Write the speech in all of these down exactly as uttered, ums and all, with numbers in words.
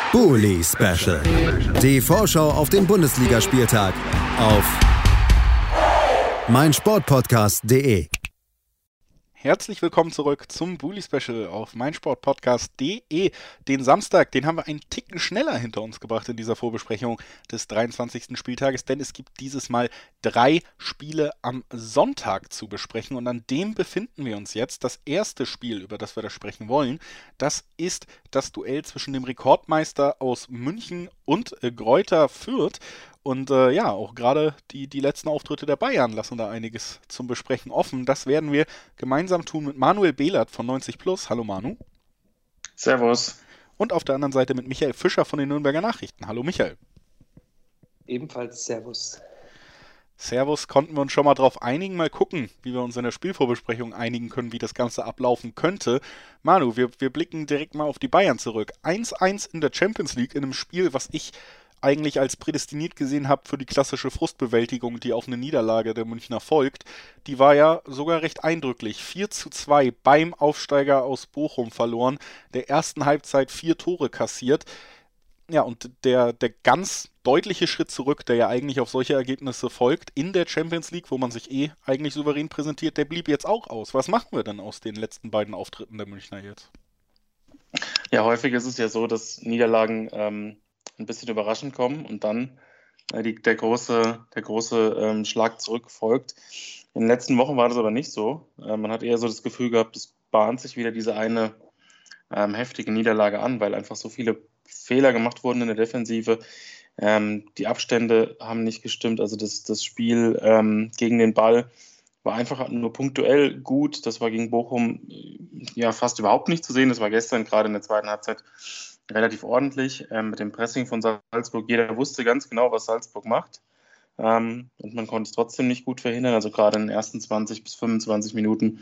Bully Special. Die Vorschau auf den Bundesligaspieltag auf meinsportpodcast punkt de. Herzlich willkommen zurück zum Bully Special auf meinsportpodcast punkt de. Den Samstag, den haben wir einen Ticken schneller hinter uns gebracht in dieser Vorbesprechung des dreiundzwanzigsten Spieltages, denn es gibt dieses Mal drei Spiele am Sonntag zu besprechen und an dem befinden wir uns jetzt. Das erste Spiel, über das wir da sprechen wollen, das ist das Duell zwischen dem Rekordmeister aus München und äh, Greuther Fürth. Und äh, ja, auch gerade die, die letzten Auftritte der Bayern lassen da einiges zum Besprechen offen. Das werden wir gemeinsam tun mit Manuel Behlert von neunzig plus. Hallo Manu. Servus. Und auf der anderen Seite mit Michael Fischer von den Nürnberger Nachrichten. Hallo Michael. Ebenfalls Servus. Servus, konnten wir uns schon mal drauf einigen. Mal gucken, wie wir uns in der Spielvorbesprechung einigen können, wie das Ganze ablaufen könnte. Manu, wir, wir blicken direkt mal auf die Bayern zurück. eins eins in der Champions League in einem Spiel, was ich eigentlich als prädestiniert gesehen habe für die klassische Frustbewältigung, die auf eine Niederlage der Münchner folgt. Die war ja sogar recht eindrücklich. vier zu zwei beim Aufsteiger aus Bochum verloren. Der ersten Halbzeit vier Tore kassiert. Ja, und der, der ganz deutliche Schritt zurück, der ja eigentlich auf solche Ergebnisse folgt, in der Champions League, wo man sich eh eigentlich souverän präsentiert, der blieb jetzt auch aus. Was machen wir denn aus den letzten beiden Auftritten der Münchner jetzt? Ja, häufig ist es ja so, dass Niederlagen ähm, ein bisschen überraschend kommen und dann äh, die, der große, der große ähm, Schlag zurück folgt. In den letzten Wochen war das aber nicht so. Äh, man hat eher so das Gefühl gehabt, es bahnt sich wieder diese eine ähm, heftige Niederlage an, weil einfach so viele Fehler gemacht wurden in der Defensive. Ähm, die Abstände haben nicht gestimmt. Also das, das Spiel ähm, gegen den Ball war einfach nur punktuell gut. Das war gegen Bochum ja fast überhaupt nicht zu sehen. Das war gestern gerade in der zweiten Halbzeit relativ ordentlich ähm, mit dem Pressing von Salzburg. Jeder wusste ganz genau, was Salzburg macht. Ähm, und man konnte es trotzdem nicht gut verhindern. Also gerade in den ersten zwanzig bis fünfundzwanzig Minuten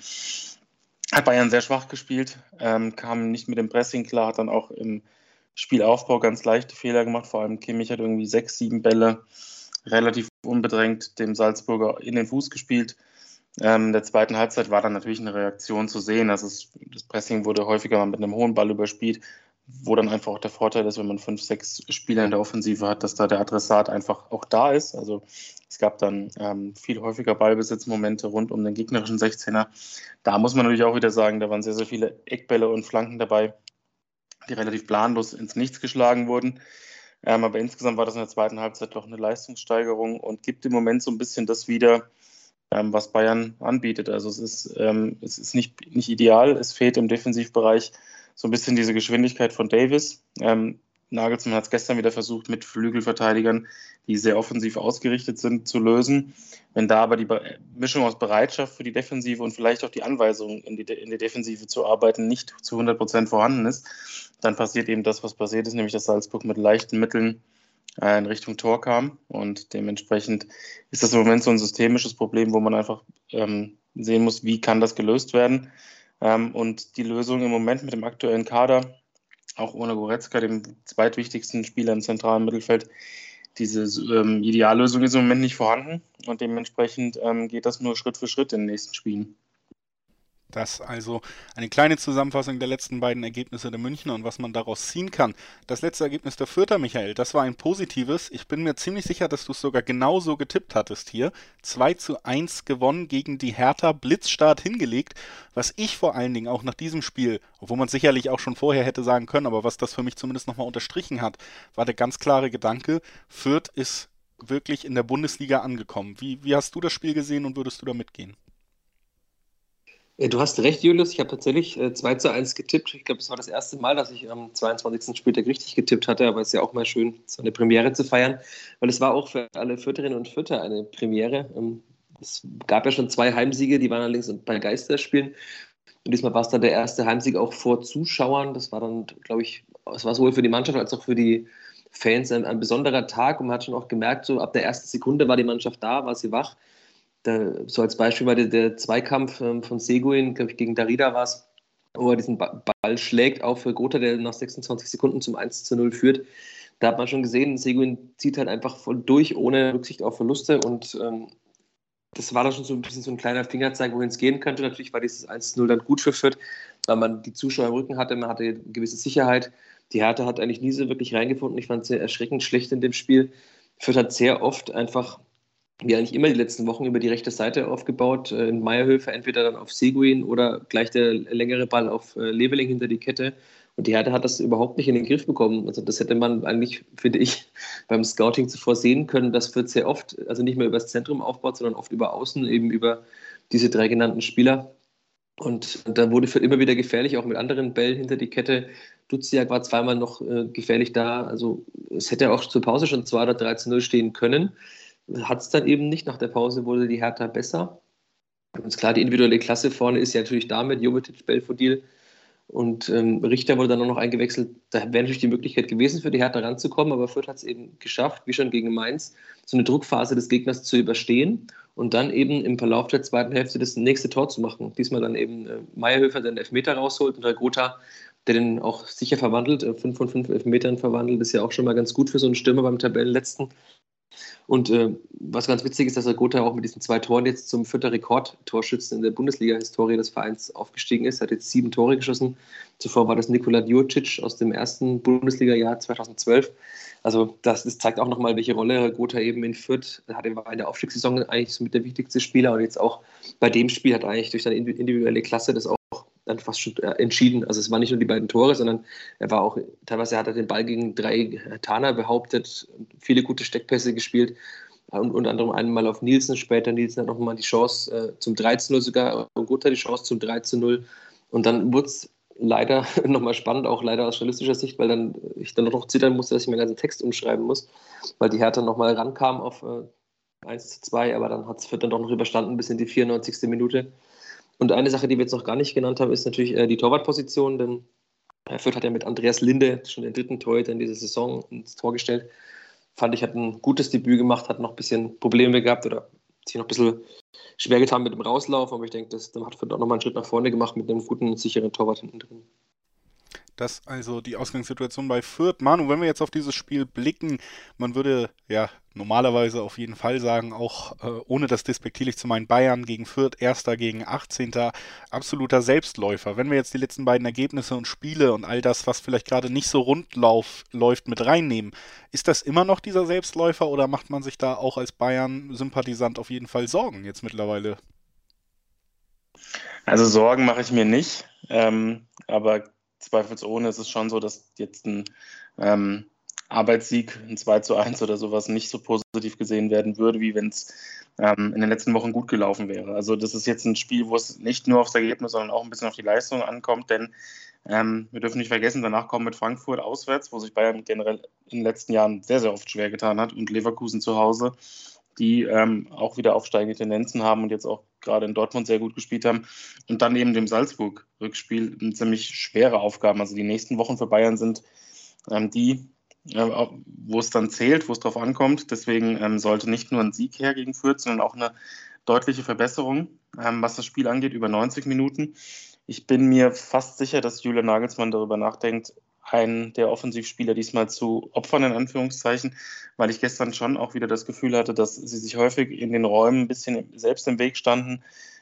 hat Bayern sehr schwach gespielt, ähm, kam nicht mit dem Pressing klar, hat dann auch im Spielaufbau ganz leichte Fehler gemacht. Vor allem Kimmich hat irgendwie sechs, sieben Bälle relativ unbedrängt dem Salzburger in den Fuß gespielt. Ähm, in der zweiten Halbzeit war dann natürlich eine Reaktion zu sehen. Also es, das Pressing wurde häufiger mal mit einem hohen Ball überspielt, wo dann einfach auch der Vorteil ist, wenn man fünf, sechs Spieler in der Offensive hat, dass da der Adressat einfach auch da ist. Also es gab dann ähm, viel häufiger Ballbesitzmomente rund um den gegnerischen sechzehner. Da muss man natürlich auch wieder sagen, da waren sehr, sehr viele Eckbälle und Flanken dabei, die relativ planlos ins Nichts geschlagen wurden. Ähm, aber insgesamt war das in der zweiten Halbzeit doch eine Leistungssteigerung und gibt im Moment so ein bisschen das wieder, ähm, was Bayern anbietet. Also es ist, ähm, es ist nicht, nicht ideal, es fehlt im Defensivbereich so ein bisschen diese Geschwindigkeit von Davis. Ähm, Nagelsmann hat es gestern wieder versucht, mit Flügelverteidigern, die sehr offensiv ausgerichtet sind, zu lösen. Wenn da aber die Be- Mischung aus Bereitschaft für die Defensive und vielleicht auch die Anweisung, in die, De- in die Defensive zu arbeiten, nicht zu hundert Prozent vorhanden ist, dann passiert eben das, was passiert ist, nämlich dass Salzburg mit leichten Mitteln äh, in Richtung Tor kam. Und dementsprechend ist das im Moment so ein systemisches Problem, wo man einfach ähm, sehen muss, wie kann das gelöst werden. Ähm, und die Lösung im Moment mit dem aktuellen Kader, auch ohne Goretzka, dem zweitwichtigsten Spieler im zentralen Mittelfeld, diese ähm, Ideallösung ist im Moment nicht vorhanden. Und dementsprechend ähm, geht das nur Schritt für Schritt in den nächsten Spielen. Das also eine kleine Zusammenfassung der letzten beiden Ergebnisse der Münchner und was man daraus ziehen kann. Das letzte Ergebnis der Fürther, Michael, das war ein positives. Ich bin mir ziemlich sicher, dass du es sogar genauso getippt hattest hier. zwei zu eins gewonnen gegen die Hertha, Blitzstart hingelegt. Was ich vor allen Dingen auch nach diesem Spiel, obwohl man sicherlich auch schon vorher hätte sagen können, aber was das für mich zumindest nochmal unterstrichen hat, war der ganz klare Gedanke, Fürth ist wirklich in der Bundesliga angekommen. Wie, wie hast du das Spiel gesehen und würdest du da mitgehen? Du hast recht, Julius. Ich habe tatsächlich äh, zwei zu eins getippt. Ich glaube, es war das erste Mal, dass ich am zweiundzwanzigsten Spieltag richtig getippt hatte. Aber es ist ja auch mal schön, so eine Premiere zu feiern. Weil es war auch für alle Fürtherinnen und Fürther eine Premiere. Ähm, es gab ja schon zwei Heimsiege, die waren allerdings bei Geisterspielen. Und diesmal war es dann der erste Heimsieg auch vor Zuschauern. Das war dann, glaube ich, es war sowohl für die Mannschaft als auch für die Fans ein, ein besonderer Tag. Und man hat schon auch gemerkt, so ab der ersten Sekunde war die Mannschaft da, war sie wach. Da, so als Beispiel war der, der Zweikampf ähm, von Seguin, glaube ich, gegen Darida war es, wo er diesen ba- Ball schlägt auf Grota, der nach sechsundzwanzig Sekunden zum eins zu null führt. Da hat man schon gesehen, Seguin zieht halt einfach voll durch, ohne Rücksicht auf Verluste. Und ähm, das war dann schon so ein bisschen so ein kleiner Fingerzeig, wohin es gehen könnte. Natürlich war dieses eins zu null dann gut für Fürth, weil man die Zuschauer im Rücken hatte, man hatte eine gewisse Sicherheit. Die Hertha hat eigentlich nie so wirklich reingefunden. Ich fand es sehr erschreckend schlecht in dem Spiel. Fürth hat sehr oft einfach, wie eigentlich immer die letzten Wochen, über die rechte Seite aufgebaut. Äh, in Meierhöfer entweder dann auf Seguin oder gleich der längere Ball auf äh, Leveling hinter die Kette. Und die Hertha hat das überhaupt nicht in den Griff bekommen. Also das hätte man eigentlich, finde ich, beim Scouting zuvor sehen können, dass Fürth sehr oft, also nicht mehr über das Zentrum aufbaut, sondern oft über Außen, eben über diese drei genannten Spieler. Und da wurde Fürth immer wieder gefährlich, auch mit anderen Bällen hinter die Kette. Duziak war zweimal noch äh, gefährlich da. Also es hätte auch zur Pause schon zwei oder drei zu null stehen können. Hat es dann eben nicht. Nach der Pause wurde die Hertha besser. Und ist klar, die individuelle Klasse vorne ist ja natürlich da mit Jovetic, Belfodil und ähm, Richter wurde dann auch noch eingewechselt. Da wäre natürlich die Möglichkeit gewesen, für die Hertha ranzukommen, aber Fürth hat es eben geschafft, wie schon gegen Mainz, so eine Druckphase des Gegners zu überstehen und dann eben im Verlauf der zweiten Hälfte das nächste Tor zu machen. Diesmal dann eben äh, Meierhöfer, der den Elfmeter rausholt und der Gotha, der den auch sicher verwandelt, äh, fünf von fünf Elfmetern verwandelt, ist ja auch schon mal ganz gut für so einen Stürmer beim Tabellenletzten. Und äh, was ganz witzig ist, dass der Gotha auch mit diesen zwei Toren jetzt zum vierter Rekordtorschützen in der Bundesliga-Historie des Vereins aufgestiegen ist. Er hat jetzt sieben Tore geschossen. Zuvor war das Nikola Djurcic aus dem ersten Bundesliga-Jahr zweitausendzwölf. Also das, das zeigt auch nochmal, welche Rolle Gotha eben in Fürth hat. Er war in der Aufstiegssaison eigentlich so mit der wichtigste Spieler und jetzt auch bei dem Spiel hat er eigentlich durch seine individuelle Klasse das auch dann fast schon entschieden. Also es waren nicht nur die beiden Tore, sondern er war auch, teilweise hat er den Ball gegen drei Taner behauptet, viele gute Steckpässe gespielt und unter anderem einmal auf Nielsen, später Nielsen hat nochmal die Chance äh, zum drei zu null sogar, und Gotha die Chance zum drei zu null und dann wurde es leider nochmal spannend, auch leider aus journalistischer Sicht, weil dann ich dann noch zittern musste, dass ich meinen ganzen Text umschreiben muss, weil die Hertha nochmal rankam auf äh, eins zu zwei, aber dann hat es dann doch noch überstanden bis in die vierundneunzigste Minute. Und eine Sache, die wir jetzt noch gar nicht genannt haben, ist natürlich äh, die Torwartposition, denn äh, Fürth hat ja mit Andreas Linde schon den dritten Torhüter in dieser Saison ins Tor gestellt. Fand ich, hat ein gutes Debüt gemacht, hat noch ein bisschen Probleme gehabt oder sich noch ein bisschen schwer getan mit dem Rauslauf, aber ich denke, das dann hat Fürth auch nochmal einen Schritt nach vorne gemacht mit einem guten, sicheren Torwart hinten drin. Das also die Ausgangssituation bei Fürth. Manu, wenn wir jetzt auf dieses Spiel blicken, man würde ja normalerweise auf jeden Fall sagen, auch äh, ohne das despektierlich zu meinen, Bayern gegen Fürth, Erster gegen achtzehnter absoluter Selbstläufer. Wenn wir jetzt die letzten beiden Ergebnisse und Spiele und all das, was vielleicht gerade nicht so rund lauf, läuft, mit reinnehmen, ist das immer noch dieser Selbstläufer oder macht man sich da auch als Bayern-Sympathisant auf jeden Fall Sorgen jetzt mittlerweile? Also Sorgen mache ich mir nicht, ähm, aber zweifelsohne ist es schon so, dass jetzt ein ähm, Arbeitssieg, ein zwei zu eins oder sowas nicht so positiv gesehen werden würde, wie wenn es ähm, in den letzten Wochen gut gelaufen wäre. Also das ist jetzt ein Spiel, wo es nicht nur aufs Ergebnis, sondern auch ein bisschen auf die Leistung ankommt, denn ähm, wir dürfen nicht vergessen, danach kommen mit Frankfurt auswärts, wo sich Bayern generell in den letzten Jahren sehr, sehr oft schwer getan hat und Leverkusen zu Hause, die ähm, auch wieder aufsteigende Tendenzen haben und jetzt auch gerade in Dortmund sehr gut gespielt haben. Und dann eben dem Salzburg-Rückspiel eine ziemlich schwere Aufgaben. Also die nächsten Wochen für Bayern sind ähm, die, äh, wo es dann zählt, wo es drauf ankommt. Deswegen ähm, sollte nicht nur ein Sieg her gegen Fürth, sondern auch eine deutliche Verbesserung, ähm, was das Spiel angeht, über neunzig Minuten. Ich bin mir fast sicher, dass Julian Nagelsmann darüber nachdenkt, einen der Offensivspieler diesmal zu opfern, in Anführungszeichen, weil ich gestern schon auch wieder das Gefühl hatte, dass sie sich häufig in den Räumen ein bisschen selbst im Weg standen,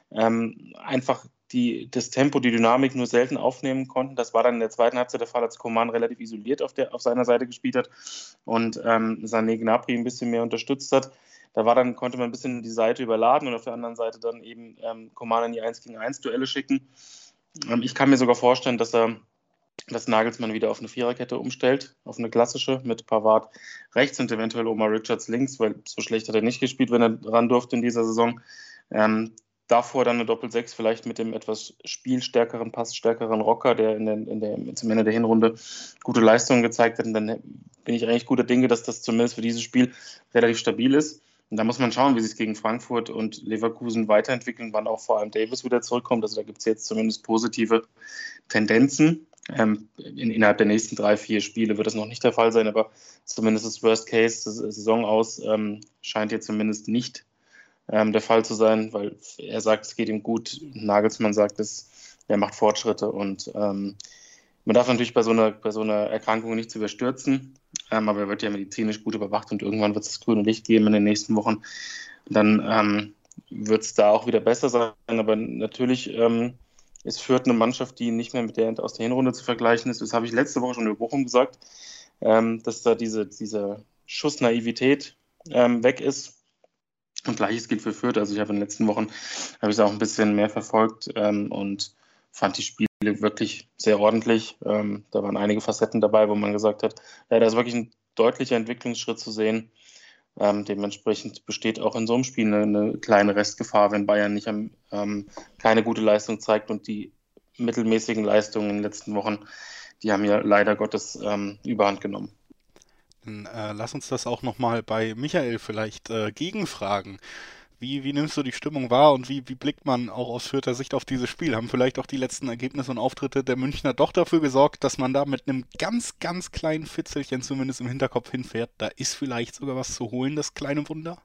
ähm, einfach die, das Tempo, die Dynamik nur selten aufnehmen konnten. Das war dann in der zweiten Halbzeit der Fall, als Coman relativ isoliert auf, der, auf seiner Seite gespielt hat und ähm, Sané Gnabry ein bisschen mehr unterstützt hat. Da war dann, konnte man ein bisschen die Seite überladen und auf der anderen Seite dann eben ähm, Coman in die eins gegen eins Duelle schicken. Ähm, ich kann mir sogar vorstellen, dass er dass Nagelsmann wieder auf eine Viererkette umstellt, auf eine klassische mit Pavard rechts und eventuell Omar Richards links, weil so schlecht hat er nicht gespielt, wenn er ran durfte in dieser Saison. Ähm, davor dann eine Doppel-Sechs, vielleicht mit dem etwas spielstärkeren, passstärkeren Rocker, der, in der, in der zum Ende der Hinrunde gute Leistungen gezeigt hat. Und dann bin ich eigentlich guter Dinge, dass das zumindest für dieses Spiel relativ stabil ist. Und da muss man schauen, wie sich gegen Frankfurt und Leverkusen weiterentwickeln, wann auch vor allem Davis wieder zurückkommt. Also da gibt es jetzt zumindest positive Tendenzen. Ähm, in, innerhalb der nächsten drei, vier Spiele wird das noch nicht der Fall sein, aber zumindest das Worst Case, das Saison aus, ähm, scheint jetzt zumindest nicht ähm, der Fall zu sein, weil er sagt, es geht ihm gut. Nagelsmann sagt, es, er macht Fortschritte und ähm, man darf natürlich bei so einer, bei so einer Erkrankung nicht zu überstürzen, ähm, aber er wird ja medizinisch gut überwacht und irgendwann wird es das grüne Licht geben in den nächsten Wochen. Dann ähm, wird es da auch wieder besser sein, aber natürlich ähm, ist Fürth eine Mannschaft, die nicht mehr mit der aus der Hinrunde zu vergleichen ist. Das habe ich letzte Woche schon über Bochum gesagt, ähm, dass da diese, diese Schussnaivität ähm, weg ist. Und Gleiches gilt für Fürth. Also ich habe in den letzten Wochen habe ich es auch ein bisschen mehr verfolgt ähm, und fand die Spiele wirklich sehr ordentlich. Ähm, da waren einige Facetten dabei, wo man gesagt hat, ja, da ist wirklich ein deutlicher Entwicklungsschritt zu sehen. Ähm, dementsprechend besteht auch in so einem Spiel eine, eine kleine Restgefahr, wenn Bayern nicht ähm, keine gute Leistung zeigt, und die mittelmäßigen Leistungen in den letzten Wochen, die haben ja leider Gottes ähm, Überhand genommen. Dann äh, lass uns das auch nochmal bei Michael vielleicht äh, gegenfragen. Wie, wie nimmst du die Stimmung wahr und wie, wie blickt man auch aus Fürther Sicht auf dieses Spiel? Haben vielleicht auch die letzten Ergebnisse und Auftritte der Münchner doch dafür gesorgt, dass man da mit einem ganz, ganz kleinen Fitzelchen zumindest im Hinterkopf hinfährt? Da ist vielleicht sogar was zu holen, das kleine Wunder?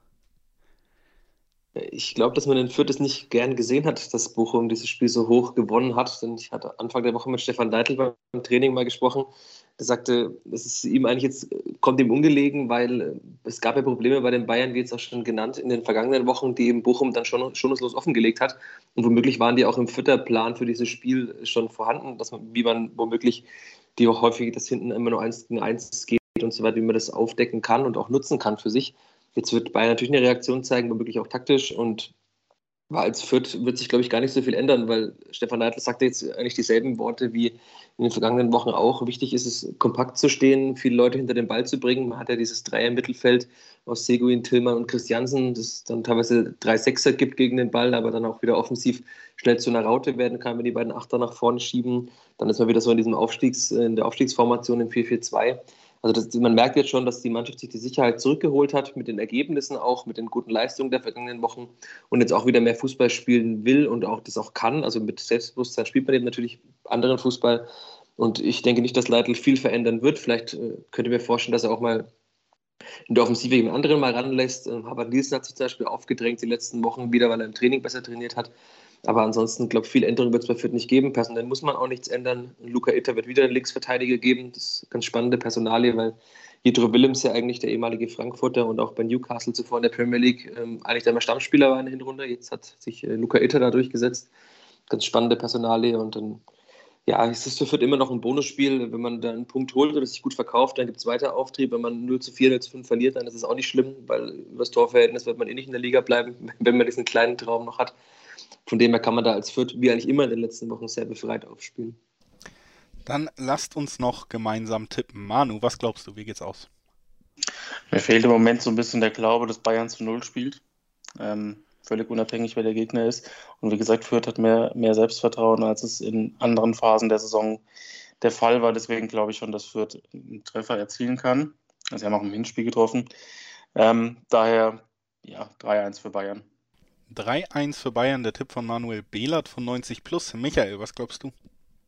Ich glaube, dass man in Fürth es nicht gern gesehen hat, dass Bochum dieses Spiel so hoch gewonnen hat. Denn ich hatte Anfang der Woche mit Stefan Deitel beim Training mal gesprochen. Er sagte, es ist ihm eigentlich jetzt, kommt ihm ungelegen, weil es gab ja Probleme bei den Bayern, wie jetzt auch schon genannt, in den vergangenen Wochen, die eben Bochum dann schon schonungslos offengelegt hat. Und womöglich waren die auch im Fürther Plan für dieses Spiel schon vorhanden, dass man, wie man womöglich die auch häufig, dass hinten immer nur eins gegen eins geht und so weiter, wie man das aufdecken kann und auch nutzen kann für sich. Jetzt wird Bayern natürlich eine Reaktion zeigen, womöglich auch taktisch, und als Fürth wird sich, glaube ich, gar nicht so viel ändern, weil Stefan Neidl sagte jetzt eigentlich dieselben Worte wie in den vergangenen Wochen auch. Wichtig ist es, kompakt zu stehen, viele Leute hinter den Ball zu bringen. Man hat ja dieses Dreier-Mittelfeld aus Seguin, Tillmann und Christiansen, das dann teilweise drei Sechser gibt gegen den Ball, aber dann auch wieder offensiv schnell zu einer Raute werden kann, wenn die beiden Achter nach vorne schieben. Dann ist man wieder so in diesem Aufstiegs, in der Aufstiegsformation im vier vier zwei. Also das, man merkt jetzt schon, dass die Mannschaft sich die Sicherheit zurückgeholt hat, mit den Ergebnissen auch, mit den guten Leistungen der vergangenen Wochen, und jetzt auch wieder mehr Fußball spielen will und auch das auch kann. Also mit Selbstbewusstsein spielt man eben natürlich anderen Fußball, und ich denke nicht, dass Leitl viel verändern wird. Vielleicht äh, könnte ich mir vorstellen, dass er auch mal in der Offensive jemand anderen mal ranlässt. Äh, Harvard Nielsen hat sich zum Beispiel aufgedrängt die letzten Wochen wieder, weil er im Training besser trainiert hat. Aber ansonsten, glaube ich, viel Änderung wird es bei Fürth nicht geben. Personell muss man auch nichts ändern. Luca Itter wird wieder einen Linksverteidiger geben. Das ist eine ganz spannende Personalie, weil Jedro Willems ja eigentlich der ehemalige Frankfurter und auch bei Newcastle zuvor in der Premier League ähm, eigentlich der Stammspieler war in der Hinrunde. Jetzt hat sich äh, Luca Itter da durchgesetzt. Ganz spannende Personalie, und dann, ja, es ist für Fürth immer noch ein Bonusspiel. Wenn man da einen Punkt holt oder sich gut verkauft, dann gibt es weiter Auftrieb. Wenn man null zu vier, null zu fünf verliert, dann ist es auch nicht schlimm, weil über das Torverhältnis wird man eh nicht in der Liga bleiben, wenn man diesen kleinen Traum noch hat. Von dem her kann man da als Fürth, wie eigentlich immer in den letzten Wochen, sehr befreit aufspielen. Dann lasst uns noch gemeinsam tippen. Manu, was glaubst du, wie geht's aus? Mir fehlt im Moment so ein bisschen der Glaube, dass Bayern zu Null spielt. Ähm, völlig unabhängig, wer der Gegner ist. Und wie gesagt, Fürth hat mehr, mehr Selbstvertrauen, als es in anderen Phasen der Saison der Fall war. Deswegen glaube ich schon, dass Fürth einen Treffer erzielen kann. Also sie haben auch im Hinspiel getroffen. Ähm, daher, ja, drei eins für Bayern. drei eins für Bayern, der Tipp von Manuel Behlert von neunzig plus. Michael, was glaubst du?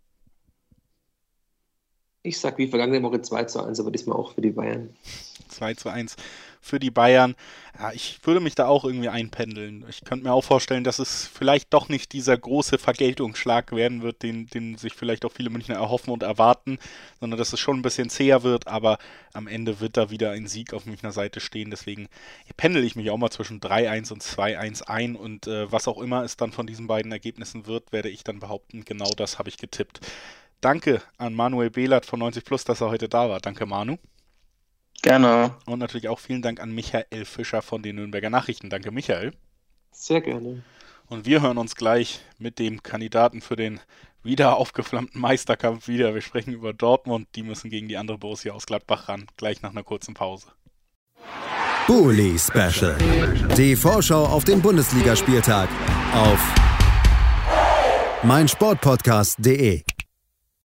Ich sag wie vergangene Woche zwei zu eins, aber diesmal auch für die Bayern. zwei zu eins für die Bayern. Ja, ich würde mich da auch irgendwie einpendeln. Ich könnte mir auch vorstellen, dass es vielleicht doch nicht dieser große Vergeltungsschlag werden wird, den, den sich vielleicht auch viele Münchner erhoffen und erwarten, sondern dass es schon ein bisschen zäher wird, aber am Ende wird da wieder ein Sieg auf Münchner Seite stehen. Deswegen pendel ich mich auch mal zwischen drei eins und zwei eins ein, und äh, was auch immer es dann von diesen beiden Ergebnissen wird, werde ich dann behaupten, genau das habe ich getippt. Danke an Manuel Behlert von neunzig plus, dass er heute da war. Danke, Manu. Gerne. Und natürlich auch vielen Dank an Michael Fischer von den Nürnberger Nachrichten. Danke, Michael. Sehr gerne. Und wir hören uns gleich mit dem Kandidaten für den wieder aufgeflammten Meisterkampf wieder. Wir sprechen über Dortmund. Die müssen gegen die andere Borussia aus Gladbach ran. Gleich nach einer kurzen Pause. Bully Special. Die Vorschau auf den Bundesligaspieltag auf meinsportpodcast punkt de.